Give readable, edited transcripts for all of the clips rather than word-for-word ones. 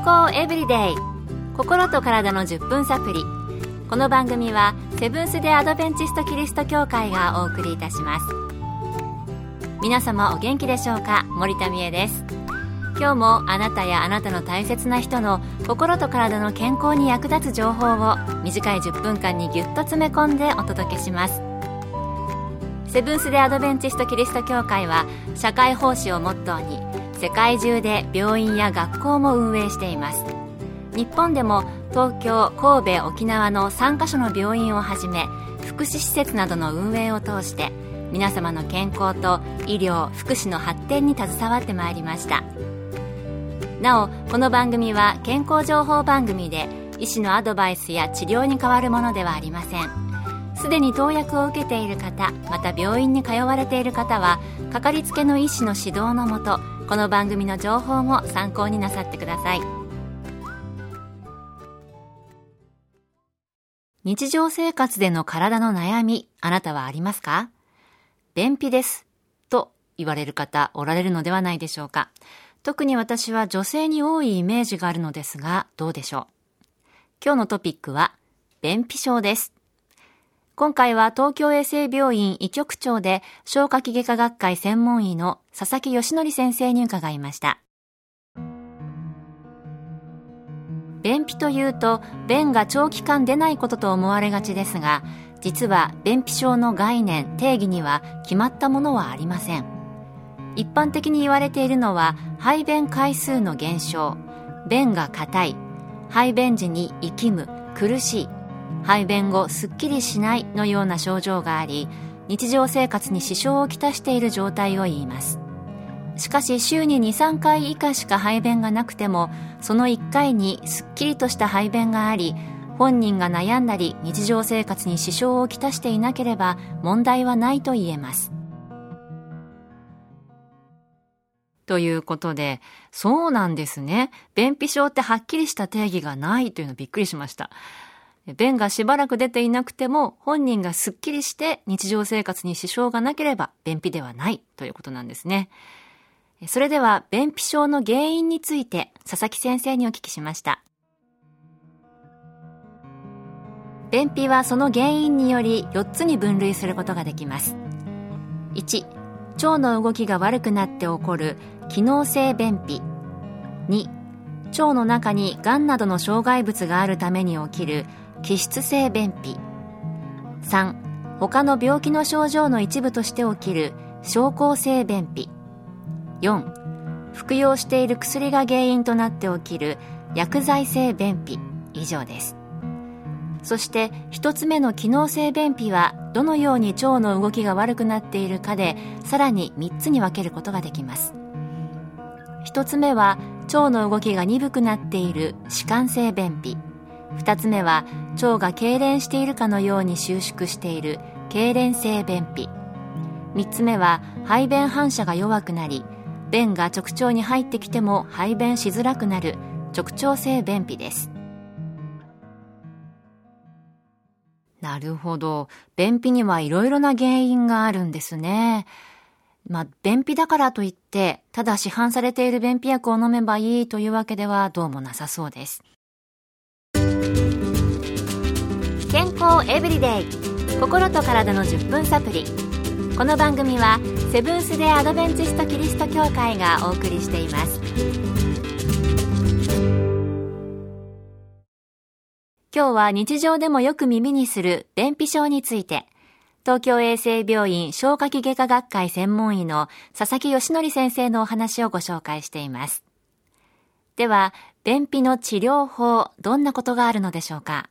康エブリデイ、心と体の10分サプリ。この番組はセブンス・デ・アドベンチスト・キリスト教会がお送りいたします。皆様お元気でしょうか。森田美恵です。今日もあなたやあなたの大切な人の心と体の健康に役立つ情報を短い10分間にぎゅっと詰め込んでお届けします。セブンス・デ・アドベンチスト・キリスト教会は社会奉仕をモットーに世界中で病院や学校も運営しています。日本でも東京、神戸、沖縄の3カ所の病院をはじめ福祉施設などの運営を通して皆様の健康と医療・福祉の発展に携わってまいりました。なお、この番組は健康情報番組で医師のアドバイスや治療に代わるものではありません。すでに投薬を受けている方、また病院に通われている方はかかりつけの医師の指導のもと、この番組の情報も参考になさってください。日常生活での体の悩み、あなたはありますか？便秘ですと言われる方おられるのではないでしょうか。特に私は女性に多いイメージがあるのですが、どうでしょう。今日のトピックは便秘症です。今回は東京衛生病院医局長で消化器外科学会専門医の佐々木義則先生に伺いました。便秘というと便が長期間出ないことと思われがちですが、実は便秘症の概念・定義には決まったものはありません。一般的に言われているのは排便回数の減少、便が硬い、排便時に息む、苦しい、排便後すっきりしないのような症状があり、日常生活に支障をきたしている状態を言います。しかし週に 2,3 回以下しか排便がなくても、その1回にすっきりとした排便があり、本人が悩んだり日常生活に支障をきたしていなければ問題はないと言えます。ということで、そうなんですね。便秘症ってはっきりした定義がないというのびっくりしました。便がしばらく出ていなくても本人がすっきりして日常生活に支障がなければ便秘ではないということなんですね。それでは便秘症の原因について佐々木先生にお聞きしました。便秘はその原因により4つに分類することができます。1、腸の動きが悪くなって起こる機能性便秘。2、腸の中にがんなどの障害物があるために起きる器質性便秘。3、他の病気の症状の一部として起きる症候性便秘。4、服用している薬が原因となって起きる薬剤性便秘。以上です。そして1つ目の機能性便秘はどのように腸の動きが悪くなっているかでさらに3つに分けることができます。1つ目は腸の動きが鈍くなっている弛緩性便秘。2つ目は腸が痙攣しているかのように収縮している痙攣性便秘。3つ目は排便反射が弱くなり、便が直腸に入ってきても排便しづらくなる直腸性便秘です。なるほど。便秘にはいろいろな原因があるんですね。便秘だからといってただ市販されている便秘薬を飲めばいいというわけではどうもなさそうです。健康エブリデイ、心と体の10分サプリ。この番組はセブンス・デ・アドベンチスト・キリスト教会がお送りしています。今日は日常でもよく耳にする便秘症について、東京衛生病院消化器外科学会専門医の佐々木義則先生のお話をご紹介しています。では、便秘の治療法、どんなことがあるのでしょうか。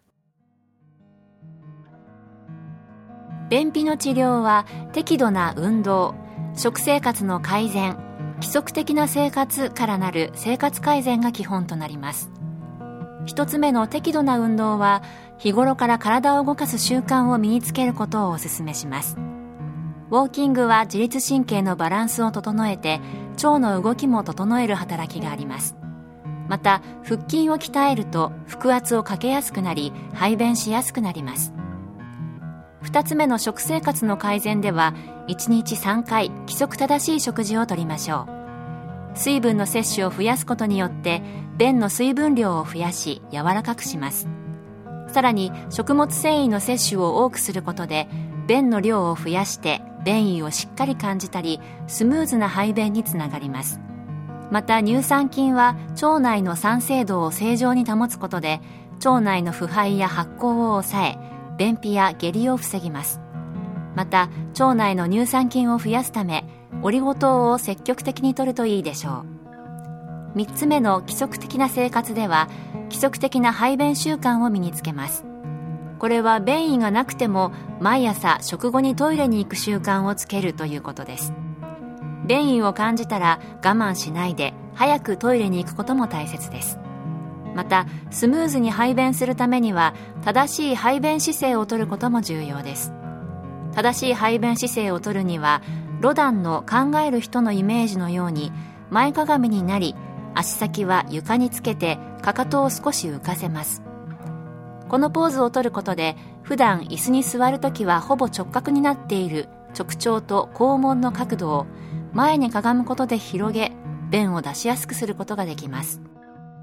便秘の治療は適度な運動、食生活の改善、規則的な生活からなる生活改善が基本となります。一つ目の適度な運動は日頃から体を動かす習慣を身につけることをお勧めします。ウォーキングは自律神経のバランスを整えて腸の動きも整える働きがあります。また腹筋を鍛えると腹圧をかけやすくなり排便しやすくなります。2つ目の食生活の改善では1日3回規則正しい食事をとりましょう。 水分の摂取を増やすことによって便の水分量を増やし柔らかくします。さらに食物繊維の摂取を多くすることで便の量を増やして便意をしっかり感じたりスムーズな排便につながります。また乳酸菌は腸内の酸性度を正常に保つことで腸内の腐敗や発酵を抑え便秘や下痢を防ぎます。また腸内の乳酸菌を増やすためオリゴ糖を積極的に摂るといいでしょう。3つ目の規則的な生活では規則的な排便習慣を身につけます。これは便意がなくても毎朝食後にトイレに行く習慣をつけるということです。便意を感じたら我慢しないで早くトイレに行くことも大切です。またスムーズに排便するためには正しい排便姿勢をとることも重要です。正しい排便姿勢をとるにはロダンの考える人のイメージのように前かがみになり足先は床につけてかかとを少し浮かせます。このポーズをとることで普段椅子に座るときはほぼ直角になっている直腸と肛門の角度を前にかがむことで広げ便を出しやすくすることができます。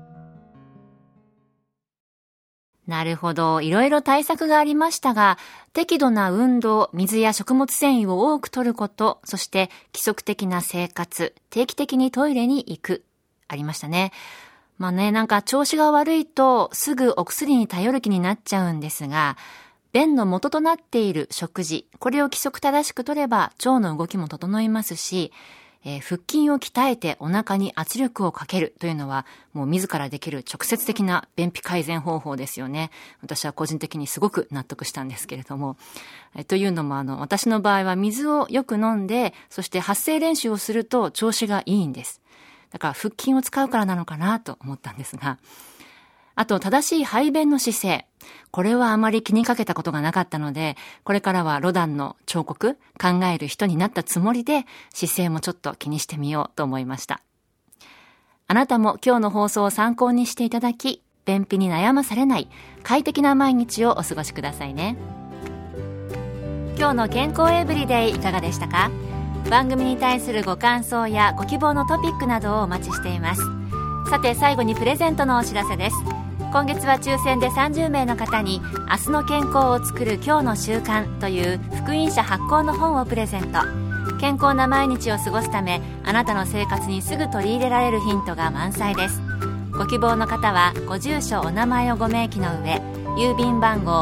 なるほど、いろいろ対策がありましたが、適度な運動、水や食物繊維を多く摂ること、そして規則的な生活、定期的にトイレに行く、ありましたね。なんか調子が悪いとすぐお薬に頼る気になっちゃうんですが、便の元となっている食事、これを規則正しく摂れば腸の動きも整いますし、腹筋を鍛えてお腹に圧力をかけるというのはもう自らできる直接的な便秘改善方法ですよね。私は個人的にすごく納得したんですけれども、というのも私の場合は水をよく飲んで、そして発声練習をすると調子がいいんです。だから腹筋を使うからなのかなと思ったんですが、あと正しい排便の姿勢、これはあまり気にかけたことがなかったので、これからはロダンの彫刻、考える人になったつもりで姿勢もちょっと気にしてみようと思いました。あなたも今日の放送を参考にしていただき、便秘に悩まされない快適な毎日をお過ごしくださいね。今日の健康エブリデイいかがでしたか？番組に対するご感想やご希望のトピックなどをお待ちしています。さて最後にプレゼントのお知らせです。今月は抽選で30名の方に明日の健康をつくる今日の習慣という福音社発行の本をプレゼント。健康な毎日を過ごすためあなたの生活にすぐ取り入れられるヒントが満載です。ご希望の方はご住所お名前をご明記の上、郵便番号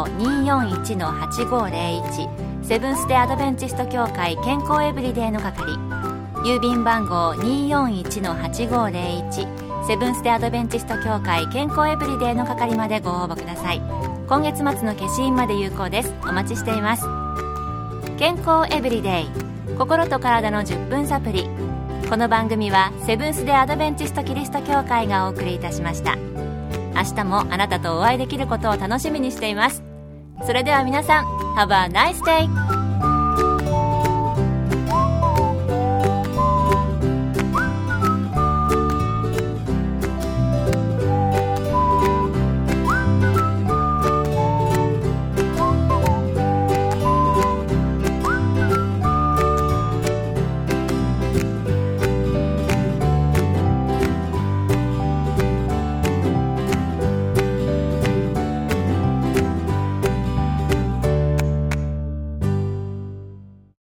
241-8501 セブンス・デ・アドベンチスト協会健康エブリデイの係、郵便番号 241-8501セブンス・デ・アドベンチスト協会健康エブリデイの係までご応募ください。今月末の消印まで有効です。お待ちしています。健康エブリデイ、心と体の10分サプリ。この番組はセブンス・デ・アドベンチストキリスト教会がお送りいたしました。明日もあなたとお会いできることを楽しみにしています。それでは皆さん、Have a nice day!